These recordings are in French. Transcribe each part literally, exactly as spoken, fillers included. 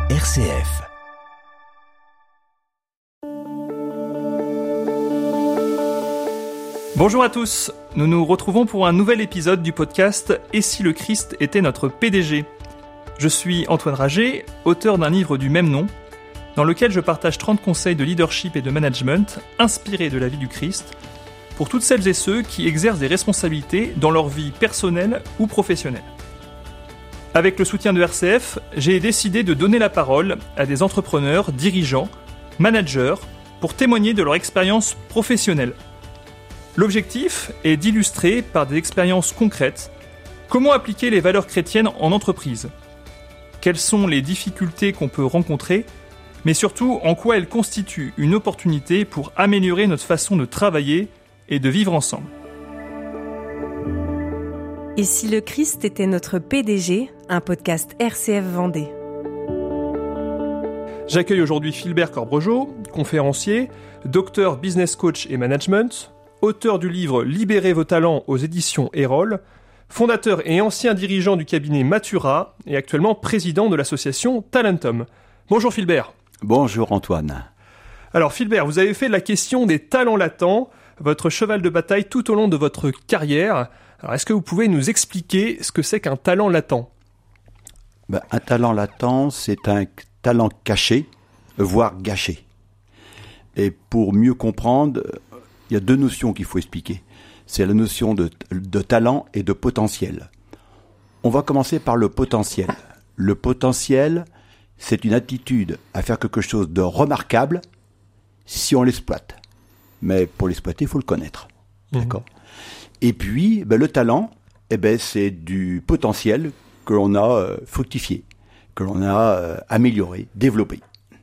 R C F. Bonjour à tous, nous nous retrouvons pour un nouvel épisode du podcast « Et si le Christ était notre P D G ?» Je suis Antoine Rager, auteur d'un livre du même nom, dans lequel je partage trente conseils de leadership et de management inspirés de la vie du Christ, pour toutes celles et ceux qui exercent des responsabilités dans leur vie personnelle ou professionnelle. Avec le soutien de R C F, j'ai décidé de donner la parole à des entrepreneurs, dirigeants, managers, pour témoigner de leur expérience professionnelle. L'objectif est d'illustrer par des expériences concrètes comment appliquer les valeurs chrétiennes en entreprise, quelles sont les difficultés qu'on peut rencontrer, mais surtout en quoi elles constituent une opportunité pour améliorer notre façon de travailler et de vivre ensemble. Et si le Christ était notre P D G, un podcast R C F Vendée. J'accueille aujourd'hui Philbert Corbregeot, conférencier, docteur business coach et management, auteur du livre Libérez vos talents aux éditions Erol, fondateur et ancien dirigeant du cabinet Matura et actuellement président de l'association Talentum. Bonjour Philbert. Bonjour Antoine. Alors Philbert, vous avez fait de la question des talents latents votre cheval de bataille tout au long de votre carrière. Alors est-ce que vous pouvez nous expliquer ce que c'est qu'un talent latent ? Ben, un talent latent, c'est un talent caché, voire gâché. Et pour mieux comprendre, il y a deux notions qu'il faut expliquer. C'est la notion de, de talent et de potentiel. On va commencer par le potentiel. Le potentiel, c'est une attitude à faire quelque chose de remarquable si on l'exploite. Mais pour l'exploiter, il faut le connaître. Mmh. D'accord ? Et puis, ben, le talent, eh ben, c'est du potentiel que l'on a euh, fructifié, que l'on a euh, amélioré, développé.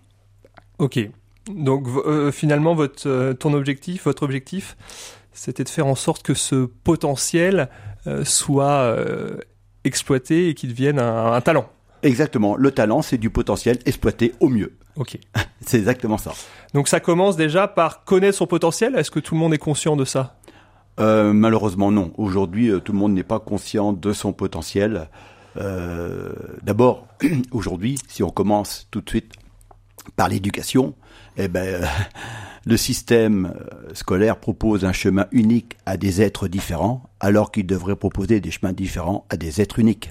Ok. Donc euh, finalement, votre, euh, ton objectif, votre objectif, c'était de faire en sorte que ce potentiel euh, soit euh, exploité et qu'il devienne un, un talent. Exactement. Le talent, c'est du potentiel exploité au mieux. Ok. C'est exactement ça. Donc ça commence déjà par connaître son potentiel. Est-ce que tout le monde est conscient de ça ? euh, Malheureusement, non. Aujourd'hui, euh, tout le monde n'est pas conscient de son potentiel. Euh, d'abord, aujourd'hui, si on commence tout de suite par l'éducation, eh ben, euh, le système scolaire propose un chemin unique à des êtres différents, alors qu'il devrait proposer des chemins différents à des êtres uniques.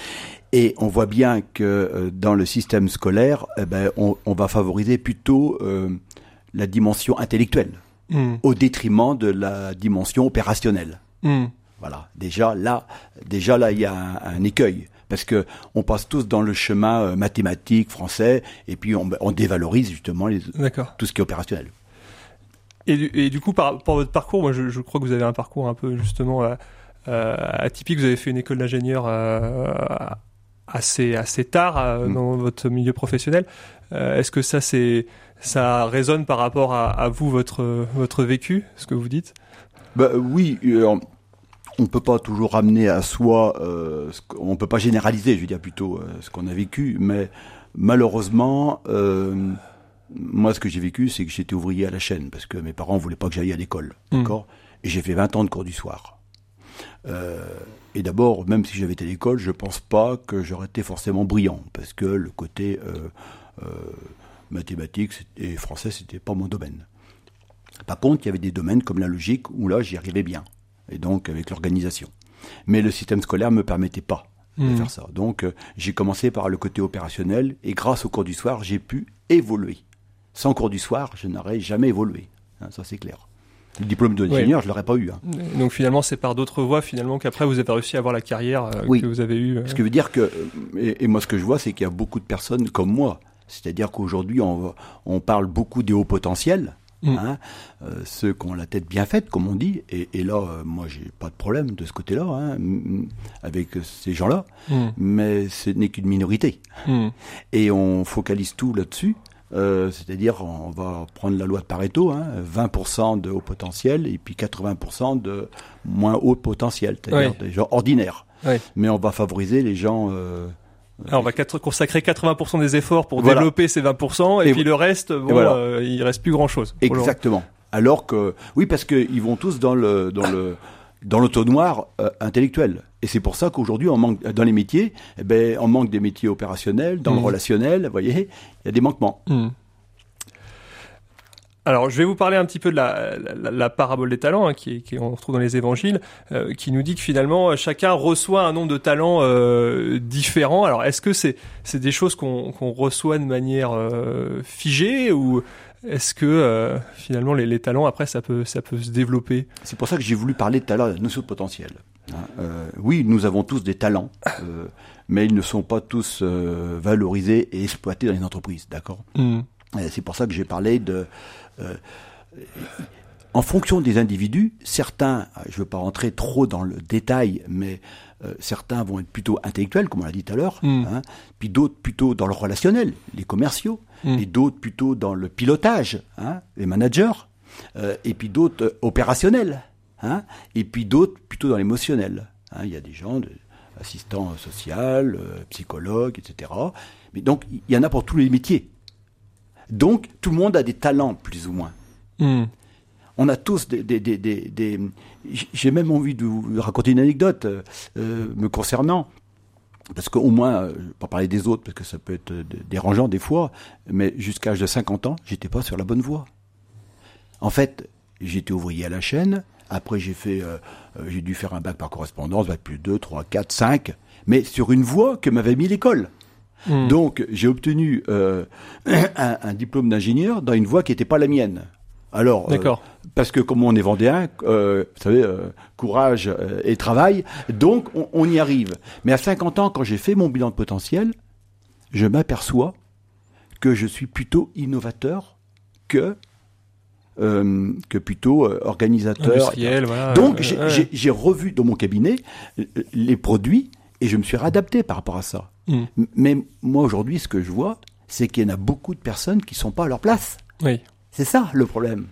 Et on voit bien que euh, dans le système scolaire, eh ben, on, on va favoriser plutôt euh, la dimension intellectuelle, mmh. au détriment de la dimension opérationnelle. Mmh. Voilà. Déjà là, déjà là, il y a un, un écueil, parce que on passe tous dans le chemin euh, mathématique, français, et puis on, on dévalorise justement les, tout ce qui est opérationnel. Et du, et du coup, par, par votre parcours, moi, je, je crois que vous avez un parcours un peu justement euh, euh, atypique. Vous avez fait une école d'ingénieur euh, assez assez tard euh, mmh. dans votre milieu professionnel. Euh, est-ce que ça c'est ça résonne par rapport à, à vous votre votre vécu, ce que vous dites ? Bah oui. Euh, On ne peut pas toujours ramener à soi, euh, ce on ne peut pas généraliser, je veux dire plutôt euh, ce qu'on a vécu, mais malheureusement, euh, moi ce que j'ai vécu, c'est que j'étais ouvrier à la chaîne, parce que mes parents ne voulaient pas que j'aille à l'école, mmh. d'accord ? Et j'ai fait vingt ans de cours du soir. Euh, et d'abord, même si j'avais été à l'école, je ne pense pas que j'aurais été forcément brillant, parce que le côté euh, euh, mathématiques et français, ce n'était pas mon domaine. Par contre, il y avait des domaines comme la logique, où là, j'y arrivais bien. Et donc avec l'organisation. Mais le système scolaire ne me permettait pas de mmh. faire ça. Donc euh, j'ai commencé par le côté opérationnel, et grâce au cours du soir, j'ai pu évoluer. Sans cours du soir, je n'aurais jamais évolué. Hein, ça c'est clair. Le diplôme d'ingénieur, oui. je ne l'aurais pas eu. Hein. Donc finalement, c'est par d'autres voies finalement qu'après vous avez réussi à avoir la carrière euh, oui. que vous avez eue. Euh... Ce qui veut dire que, et, et moi ce que je vois, c'est qu'il y a beaucoup de personnes comme moi. C'est-à-dire qu'aujourd'hui, on, on parle beaucoup des hauts potentiels. Mmh. Hein, euh, ceux qui ont la tête bien faite, comme on dit, et, et là, euh, moi, j'ai pas de problème de ce côté-là, hein, m- avec ces gens-là, mmh. mais ce n'est qu'une minorité. Mmh. Et on focalise tout là-dessus, euh, c'est-à-dire, on va prendre la loi de Pareto, hein, vingt pour cent de haut potentiel, et puis quatre-vingts pour cent de moins haut potentiel, c'est-à-dire oui. des gens ordinaires. Oui. Mais on va favoriser les gens... Euh, Alors on va quatre, consacrer quatre-vingts pour cent des efforts pour voilà. développer ces vingt pour cent et, et puis le reste, bon, voilà. euh, il reste plus grand-chose. Exactement. Alors que oui, parce que ils vont tous dans le dans le dans l'auto-noir euh, intellectuel. Et c'est pour ça qu'aujourd'hui, on manque dans les métiers, eh ben, on manque des métiers opérationnels, dans mmh. le relationnel, vous voyez, il y a des manquements. Mmh. Alors, je vais vous parler un petit peu de la, la, la parabole des talents, hein, qui, qui on retrouve dans les évangiles, euh, qui nous dit que finalement, chacun reçoit un nombre de talents euh, différents. Alors, est-ce que c'est, c'est des choses qu'on, qu'on reçoit de manière euh, figée, ou est-ce que euh, finalement les, les talents, après, ça peut, ça peut se développer? C'est pour ça que j'ai voulu parler tout à l'heure de la notion de potentiel. Hein, euh, oui, nous avons tous des talents, euh, mais ils ne sont pas tous euh, valorisés et exploités dans les entreprises, d'accord? Mmh. C'est pour ça que j'ai parlé de... Euh, en fonction des individus, certains, je ne veux pas rentrer trop dans le détail, mais euh, certains vont être plutôt intellectuels, comme on l'a dit tout à l'heure, mmh. hein, puis d'autres plutôt dans le relationnel, les commerciaux, mmh. et d'autres plutôt dans le pilotage, hein, les managers, euh, et puis d'autres euh, opérationnels, hein, et puis d'autres plutôt dans l'émotionnel. Hein, il y a des gens, de, assistants sociaux, euh, psychologues, et cetera. Mais donc, il y en a pour tous les métiers. Donc, tout le monde a des talents, plus ou moins. Mmh. On a tous des, des, des, des, des... J'ai même envie de vous raconter une anecdote euh, me concernant. Parce qu'au moins, je ne vais pas parler des autres, parce que ça peut être dérangeant des fois, mais jusqu'à l'âge de cinquante ans, j'étais pas sur la bonne voie. En fait, j'étais ouvrier à la chaîne. Après, j'ai fait, euh, j'ai dû faire un bac par correspondance, bac plus deux, trois, quatre, cinq, mais sur une voie que m'avait mis l'école. Mmh. Donc, j'ai obtenu euh, un, un diplôme d'ingénieur dans une voie qui n'était pas la mienne. Alors, euh, parce que comme on est vendéen, euh, vous savez, euh, courage euh, et travail, donc on, on y arrive. Mais à cinquante ans, quand j'ai fait mon bilan de potentiel, je m'aperçois que je suis plutôt innovateur que euh, que plutôt euh, organisateur. Industriel, voilà. Donc, euh, j'ai, ouais. j'ai, j'ai revu dans mon cabinet les produits et je me suis réadapté par rapport à ça. Mmh. Mais moi, aujourd'hui, ce que je vois, c'est qu'il y en a beaucoup de personnes qui ne sont pas à leur place. Oui. C'est ça, le problème.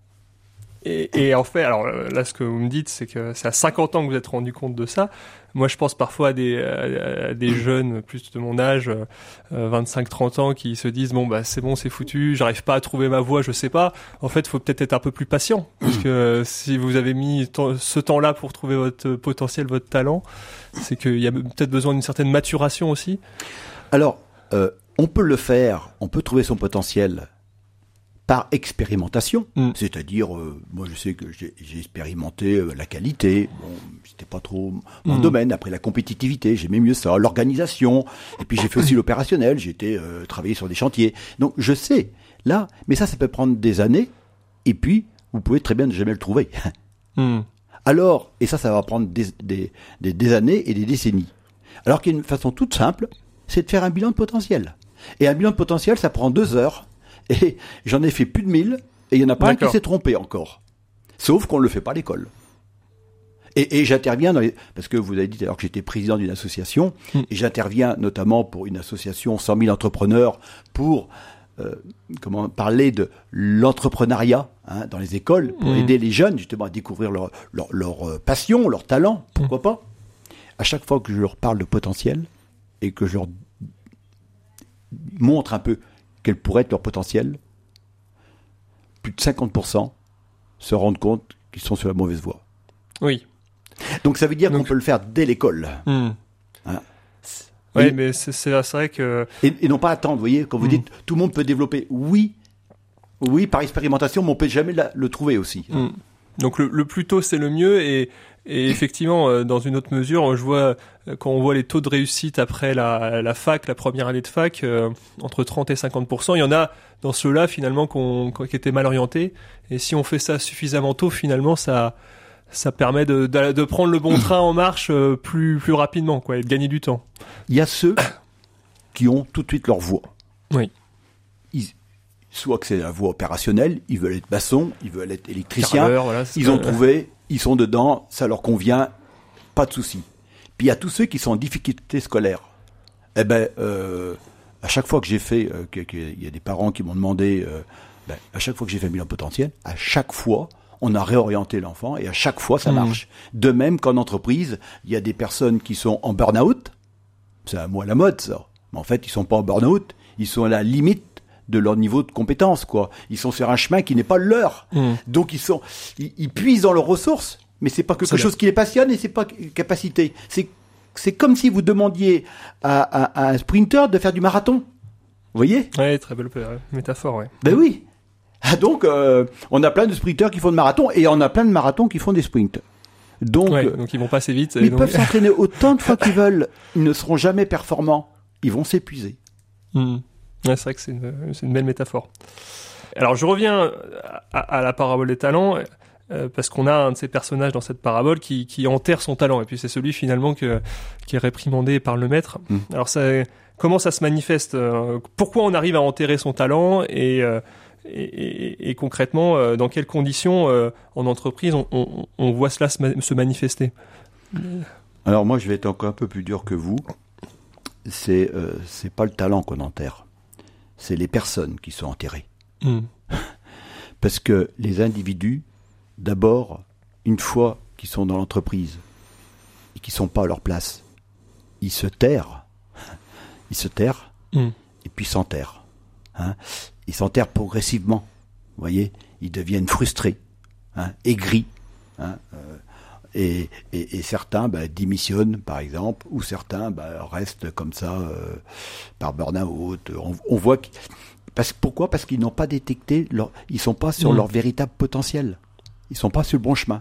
Et, et en fait, alors là, ce que vous me dites, c'est que c'est à cinquante ans que vous êtes rendu compte de ça. Moi, je pense parfois à des, à, à des jeunes, plus de mon âge, euh, vingt-cinq trente ans, qui se disent, bon, bah, c'est bon, c'est foutu, j'arrive pas à trouver ma voie, je sais pas. En fait, il faut peut-être être un peu plus patient. Parce que euh, si vous avez mis t- ce temps-là pour trouver votre potentiel, votre talent, c'est qu'il y a peut-être besoin d'une certaine maturation aussi. Alors, euh, on peut le faire, on peut trouver son potentiel par expérimentation, mmh. c'est-à-dire, euh, moi je sais que j'ai, j'ai expérimenté euh, la qualité, bon, c'était pas trop mon mmh. domaine, après la compétitivité, j'aimais mieux ça, l'organisation, et puis j'ai fait aussi l'opérationnel, j'ai été euh, travailler sur des chantiers, donc je sais, là, mais ça, ça peut prendre des années, et puis vous pouvez très bien ne jamais le trouver. Mmh. Alors, et ça, ça va prendre des, des, des, des années et des décennies. Alors qu'il y a une façon toute simple, c'est de faire un bilan de potentiel. Et un bilan de potentiel, ça prend deux heures, et j'en ai fait plus de mille, et il n'y en a pas D'accord. un qui s'est trompé encore. Sauf qu'on ne le fait pas à l'école. Et, et j'interviens dans les... Parce que vous avez dit alors que j'étais président d'une association, mmh. et j'interviens notamment pour une association cent mille entrepreneurs pour euh, comment, parler de l'entrepreneuriat hein, dans les écoles, pour mmh. aider les jeunes justement à découvrir leur, leur, leur passion, leur talent, pourquoi mmh. pas. À chaque fois que je leur parle de potentiel, et que je leur montre un peu quel pourrait être leur potentiel, plus de cinquante pour cent se rendent compte qu'ils sont sur la mauvaise voie. Oui. Donc ça veut dire Donc, qu'on peut le faire dès l'école. Mmh. Hein oui, et, mais c'est, c'est, c'est vrai que... Et, et non pas attendre, vous voyez, quand vous mmh. dites tout le monde peut développer, oui, oui, par expérimentation, mais on ne peut jamais la, le trouver aussi. Mmh. Donc le, le plus tôt, c'est le mieux, et, et effectivement, euh, dans une autre mesure, je vois, quand on voit les taux de réussite après la, la fac, la première année de fac, euh, entre trente et cinquante pour cent, il y en a dans ceux-là, finalement, qu'on, qui étaient mal orientés, et si on fait ça suffisamment tôt, finalement, ça, ça permet de, de, de prendre le bon train en marche euh, plus, plus rapidement, quoi, et de gagner du temps. Il y a ceux qui ont tout de suite leur voie. Oui. Ils, soit que c'est la voie opérationnelle, ils veulent être maçons, ils veulent être électriciens, Carreur, voilà, ils ont trouvé, ils sont dedans, ça leur convient, pas de souci. Puis il y a tous ceux qui sont en difficulté scolaire. Eh ben, euh, à chaque fois que j'ai fait, euh, que, que, il y a des parents qui m'ont demandé, euh, ben, à chaque fois que j'ai fait un bilan potentiel, à chaque fois, on a réorienté l'enfant et à chaque fois, ça mmh. marche. De même qu'en entreprise, il y a des personnes qui sont en burn-out, c'est à moi la mode ça, mais en fait, ils sont pas en burn-out, ils sont à la limite de leur niveau de compétence, quoi. Ils sont sur un chemin qui n'est pas le leur. Mmh. Donc, ils sont, ils, ils puisent dans leurs ressources, mais c'est pas quelque Ça chose qui les passionne et c'est pas une capacité. C'est, c'est comme si vous demandiez à, à, à un sprinter de faire du marathon. Vous voyez? Ouais, très belle euh, métaphore, ouais. Ben oui. Ah, donc, euh, on a plein de sprinters qui font de marathon et on a plein de marathons qui font des sprints. Donc, Ouais, euh, donc ils vont pas assez vite. et ils donc... peuvent s'entraîner autant de fois qu'ils veulent. Ils ne seront jamais performants. Ils vont s'épuiser. Mmh. Ouais, c'est vrai que c'est une, c'est une belle métaphore. Alors je reviens à, à la parabole des talents, euh, parce qu'on a un de ces personnages dans cette parabole qui, qui enterre son talent, et puis c'est celui finalement que, qui est réprimandé par le maître. Mmh. Alors ça, comment ça se manifeste euh, Pourquoi on arrive à enterrer son talent et, euh, et, et, et concrètement, euh, dans quelles conditions euh, en entreprise on, on, on voit cela se, ma- se manifester? Alors moi, je vais être encore un peu plus dur que vous. C'est, euh, c'est pas le talent qu'on enterre. C'est les personnes qui sont enterrées. Mmh. Parce que les individus, d'abord, une fois qu'ils sont dans l'entreprise et qu'ils sont pas à leur place, ils se terrent. Ils se terrent mmh. et puis s'enterrent. Hein, ils s'enterrent progressivement. Vous voyez, ils deviennent frustrés, hein, aigris. Hein, euh, et, et, et certains bah, démissionnent, par exemple, ou certains bah, restent comme ça euh, par burn-out. On, on voit que, parce, pourquoi? Parce qu'ils n'ont pas détecté, leur, ils sont pas sur mmh. leur véritable potentiel. Ils sont pas sur le bon chemin.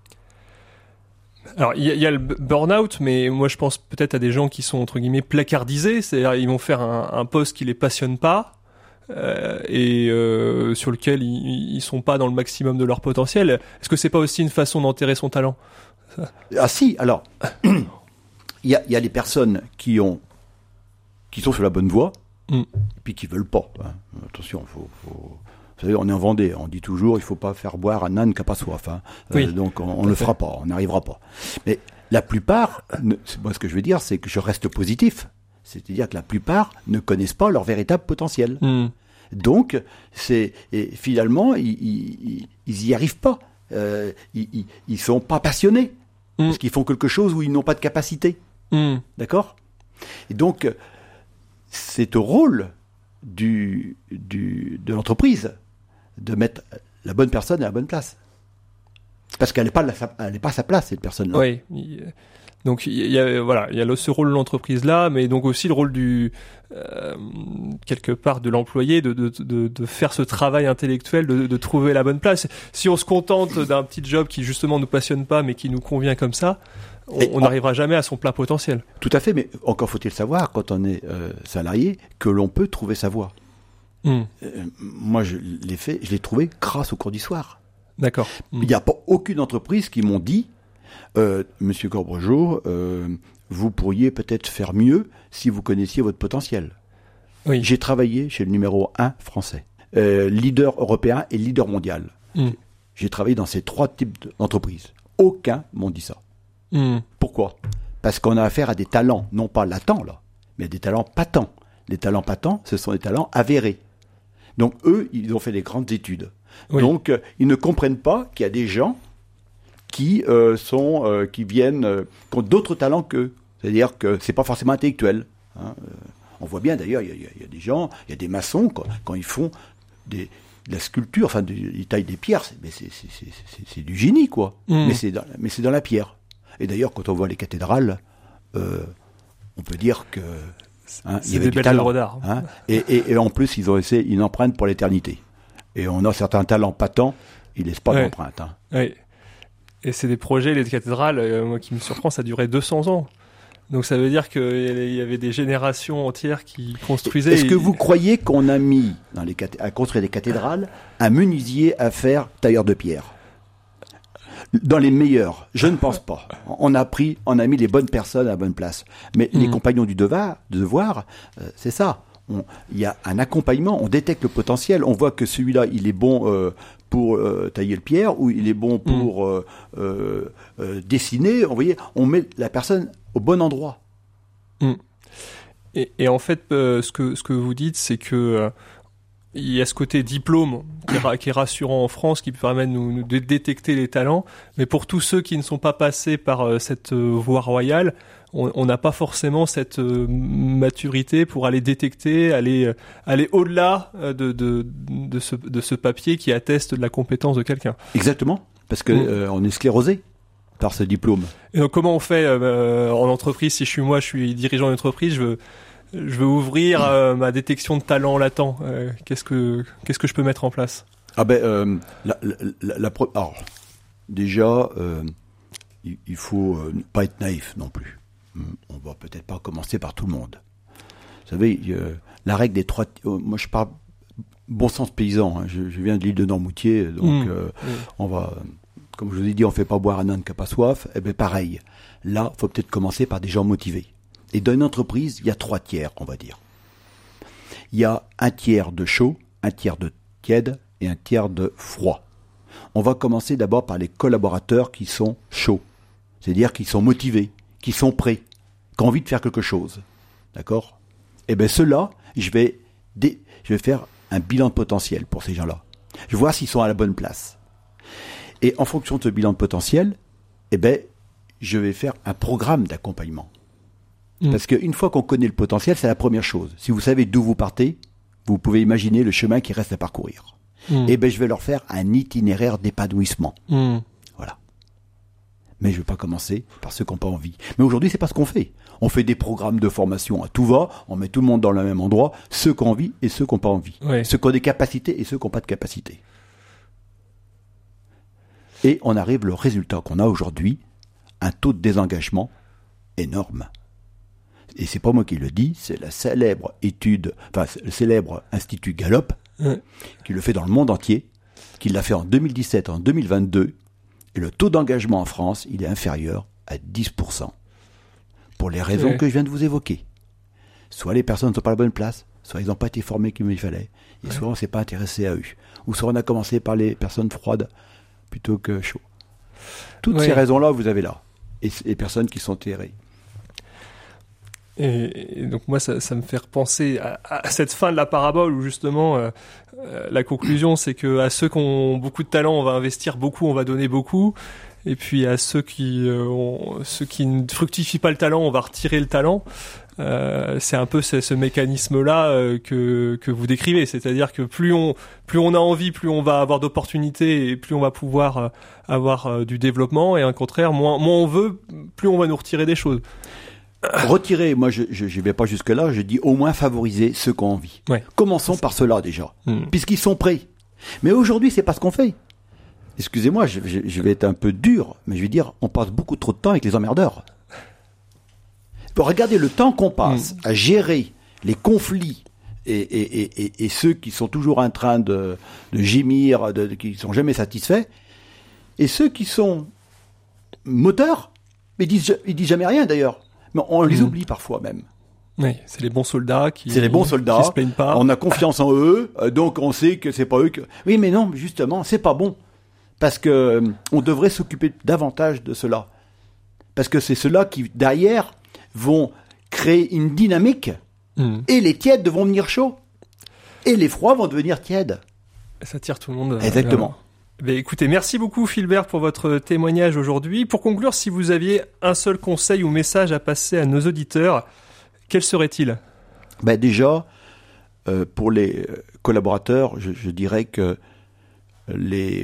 Alors, il y, y a le burn-out, mais moi je pense peut-être à des gens qui sont entre guillemets placardisés, c'est-à-dire ils vont faire un, un poste qui les passionne pas euh, et euh, sur lequel ils, ils sont pas dans le maximum de leur potentiel. Est-ce que c'est pas aussi une façon d'enterrer son talent? Ah si, alors il y a, y a les personnes qui ont qui sont sur la bonne voie mm. et puis qui veulent pas. Hein. Attention, faut, faut... Vous savez, on est en Vendée, on dit toujours il faut pas faire boire un âne qui n'a pas soif. Hein. Oui, euh, donc on ne le fera pas, on n'arrivera pas. Mais la plupart, ne, moi ce que je veux dire, c'est que je reste positif. C'est-à-dire que la plupart ne connaissent pas leur véritable potentiel. Mm. Donc, c'est et finalement, ils, ils, ils y arrivent pas. Euh, ils, ils, ils sont pas passionnés mm. parce qu'ils font quelque chose où ils n'ont pas de capacité. Mm. D'accord ? Et donc, c'est au rôle du, du de l'entreprise de mettre la bonne personne à la bonne place. Parce qu'elle n'est pas, pas à sa place, cette personne-là. Oui. Donc, il y a, voilà, il y a ce rôle de l'entreprise-là, mais donc aussi le rôle du, euh, quelque part, de l'employé, de, de, de, de faire ce travail intellectuel, de, de trouver la bonne place. Si on se contente d'un petit job qui, justement, ne nous passionne pas, mais qui nous convient comme ça, on n'arrivera jamais à son plein potentiel. Tout à fait, mais encore faut-il savoir, quand on est euh, salarié, que l'on peut trouver sa voie. Mmh. Euh, moi, je l'ai fait, je l'ai trouvé grâce au cours du soir. D'accord. Il n'y a pas aucune entreprise qui m'ont dit, euh, Monsieur Corbregeau, euh, vous pourriez peut-être faire mieux si vous connaissiez votre potentiel. Oui. J'ai travaillé chez le numéro un français, euh, leader européen et leader mondial. Mmh. J'ai travaillé dans ces trois types d'entreprises. Aucun m'ont dit ça. Mmh. Pourquoi ? Parce qu'on a affaire à des talents, non pas latents, là, mais des talents patents. Les talents patents, ce sont des talents avérés. Donc, eux, ils ont fait des grandes études. Oui. Donc, euh, ils ne comprennent pas qu'il y a des gens qui, euh, sont, euh, qui viennent, euh, qui ont d'autres talents qu'eux. C'est-à-dire que c'est pas forcément intellectuel. Hein. Euh, on voit bien, d'ailleurs, il y, y, y a des gens, il y a des maçons, quoi, quand ils font des, de la sculpture, enfin, de, ils taillent des pierres, c'est, mais c'est, c'est, c'est, c'est, c'est du génie, quoi. Mmh. Mais, c'est dans, mais c'est dans la pierre. Et d'ailleurs, quand on voit les cathédrales, euh, on peut dire que hein, il y avait du talent. D'art. Hein, et, et, et en plus, ils ont laissé une empreinte pour l'éternité. Et on a certains talents patents, ils laissent pas ouais. d'empreinte. Hein. Ouais. Et c'est des projets, les cathédrales, euh, moi qui me surprend, ça durait deux cents ans. Donc ça veut dire qu'il y avait des générations entières qui construisaient. Est-ce que vous croyez qu'on a mis dans les cath- à construire des cathédrales un menuisier à faire tailleur de pierre ? Dans les meilleurs, je ne pense pas. On a pris, on a mis les bonnes personnes à la bonne place. Mais mmh. les compagnons du devoir, devoir euh, c'est ça. Il y a un accompagnement, on détecte le potentiel. On voit que celui-là, il est bon euh, pour euh, tailler le pierre, ou il est bon pour mmh. euh, euh, euh, dessiner. On, voyez, on met la personne au bon endroit. Mmh. Et, et en fait, euh, ce que ce que vous dites, c'est que euh, il y a ce côté diplôme qui est, qui est rassurant en France, qui permet de nous, de détecter les talents. Mais pour tous ceux qui ne sont pas passés par euh, cette euh, voie royale, on n'a pas forcément cette euh, maturité pour aller détecter, aller euh, aller au-delà euh, de de de ce de ce papier qui atteste de la compétence de quelqu'un. Exactement, parce que mmh. euh, on est sclérosé. par ce diplôme. Et donc comment on fait euh, en entreprise? Si je suis moi, je suis dirigeant d'entreprise, je veux, je veux ouvrir euh, ma détection de talent latent. Euh, qu'est-ce que qu'est-ce que je peux mettre en place? Ah ben, euh, la, la, la, la, alors, déjà, euh, il, il faut euh, pas être naïf non plus. On va peut-être pas commencer par tout le monde. Vous savez, euh, la règle des trois... Euh, moi, je parle bon sens paysan. Hein, je, je viens de l'île de Noirmoutier, donc mmh, euh, mmh. on va... Comme je vous ai dit, on fait pas boire un âne qui n'a pas soif. Eh bien, pareil. Là, il faut peut-être commencer par des gens motivés. Et dans une entreprise, il y a trois tiers, on va dire. Il y a un tiers de chaud, un tiers de tiède et un tiers de froid. On va commencer d'abord par les collaborateurs qui sont chauds. C'est-à-dire qui sont motivés, qui sont prêts, qui ont envie de faire quelque chose. D'accord ? Eh bien, ceux-là, je vais, dé... je vais faire un bilan de potentiel pour ces gens-là. Je vais voir s'ils sont à la bonne place. Et en fonction de ce bilan de potentiel, eh bien, je vais faire un programme d'accompagnement. Mmh. Parce qu'une fois qu'on connaît le potentiel, c'est la première chose. Si vous savez d'où vous partez, vous pouvez imaginer le chemin qui reste à parcourir. Mmh. Eh bien, je vais leur faire un itinéraire d'épanouissement. Mmh. Voilà. Mais je ne vais pas commencer par ceux qui n'ont pas envie. Mais aujourd'hui, c'est pas ce qu'on fait. On fait des programmes de formation à tout va, on met tout le monde dans le même endroit, ceux qui ont envie et ceux qui n'ont pas envie. Ouais. Ceux qui ont des capacités et ceux qui n'ont pas de capacités. Et on arrive au résultat qu'on a aujourd'hui, un taux de désengagement énorme. Et c'est pas moi qui le dis, c'est la célèbre étude, enfin le célèbre Institut Gallup, ouais. qui le fait dans le monde entier, qui l'a fait en deux mille dix-sept, en deux mille vingt-deux, et le taux d'engagement en France, il est inférieur à dix pour cent. Pour les raisons ouais. que je viens de vous évoquer. Soit les personnes ne sont pas à la bonne place, soit ils n'ont pas été formés comme il fallait, et ouais. soit on ne s'est pas intéressé à eux. Ou soit on a commencé par les personnes froides plutôt que chaudes. Toutes ouais. ces raisons-là, vous avez là. Et les personnes qui sont terrées. Et, et donc moi, ça, ça me fait repenser à, à cette fin de la parabole où justement euh, euh, la conclusion, c'est que à ceux qui ont beaucoup de talent, on va investir beaucoup, on va donner beaucoup, et puis à ceux qui euh, ont, ceux qui ne fructifient pas le talent, on va retirer le talent. Euh, c'est un peu ce, ce mécanisme-là euh, que que vous décrivez, c'est-à-dire que plus on plus on a envie, plus on va avoir d'opportunités et plus on va pouvoir euh, avoir euh, du développement, et au contraire, moins moins on veut, plus on va nous retirer des choses. Retirer, moi je ne vais pas jusque-là, je dis au moins favoriser ceux qui ont envie. Ouais. Commençons par ceux-là déjà, mmh. puisqu'ils sont prêts. Mais aujourd'hui, c'est pas ce qu'on fait. Excusez-moi, je, je, je vais être un peu dur, mais je vais dire, on passe beaucoup trop de temps avec les emmerdeurs. Bon, regardez le temps qu'on passe mmh. à gérer les conflits et, et, et, et, et ceux qui sont toujours en train de, de gémir, de, de, qui ne sont jamais satisfaits, et ceux qui sont moteurs, ils disent, ils disent jamais rien d'ailleurs. Mais on les mmh. oublie parfois même. Oui, c'est les bons soldats qui c'est les bons soldats. Qui se plaignent pas. On a confiance en eux, donc on sait que c'est pas eux que. Oui, mais non, justement, c'est pas bon, parce que euh, on devrait s'occuper davantage de cela, parce que c'est ceux-là qui derrière vont créer une dynamique, mmh. et les tièdes vont venir chauds, et les froids vont devenir tièdes. Et ça tire tout le monde. Exactement. Euh, Ben écoutez, merci beaucoup Philbert pour votre témoignage aujourd'hui. Pour conclure, si vous aviez un seul conseil ou message à passer à nos auditeurs, quel serait-il ? Ben déjà, euh, pour les collaborateurs, je, je dirais que les,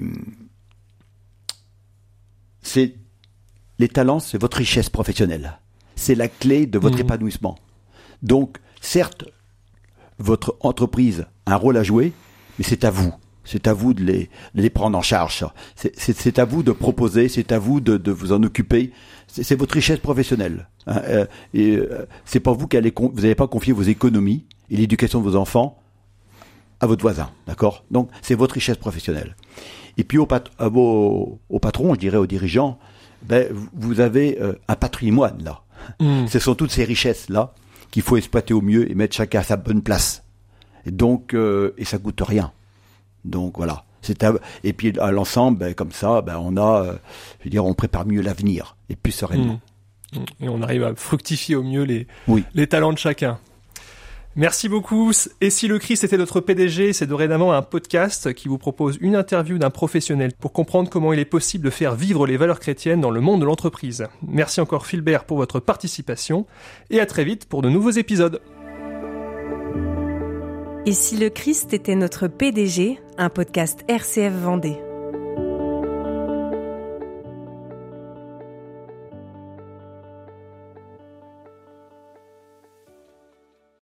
c'est, les talents, c'est votre richesse professionnelle. C'est la clé de votre mmh. épanouissement. Donc, certes, votre entreprise a un rôle à jouer, mais c'est à vous. C'est à vous de les, de les prendre en charge, ça. C'est, c'est, c'est à vous de proposer, c'est à vous de, de vous en occuper. C'est, c'est votre richesse professionnelle. Hein, euh, et euh, c'est pas vous qui allez, vous n'allez pas confier vos économies et l'éducation de vos enfants à votre voisin, d'accord ? Donc, c'est votre richesse professionnelle. Et puis, au, pat- à vos, au patron, je dirais aux dirigeants, ben, vous avez euh, un patrimoine, là. Mmh. Ce sont toutes ces richesses-là qu'il faut exploiter au mieux et mettre chacun à sa bonne place. Et donc, euh, et ça coûte rien. Donc voilà. C'est à, et puis à l'ensemble, ben, comme ça, ben, on a, euh, je veux dire, on prépare mieux l'avenir et plus sereinement. Mmh. Et on arrive à fructifier au mieux les, oui. les talents de chacun. Merci beaucoup. Et si le Christ était notre P D G, c'est dorénavant un podcast qui vous propose une interview d'un professionnel pour comprendre comment il est possible de faire vivre les valeurs chrétiennes dans le monde de l'entreprise. Merci encore Philbert pour votre participation et à très vite pour de nouveaux épisodes. Et si le Christ était notre P D G, un podcast R C F Vendée.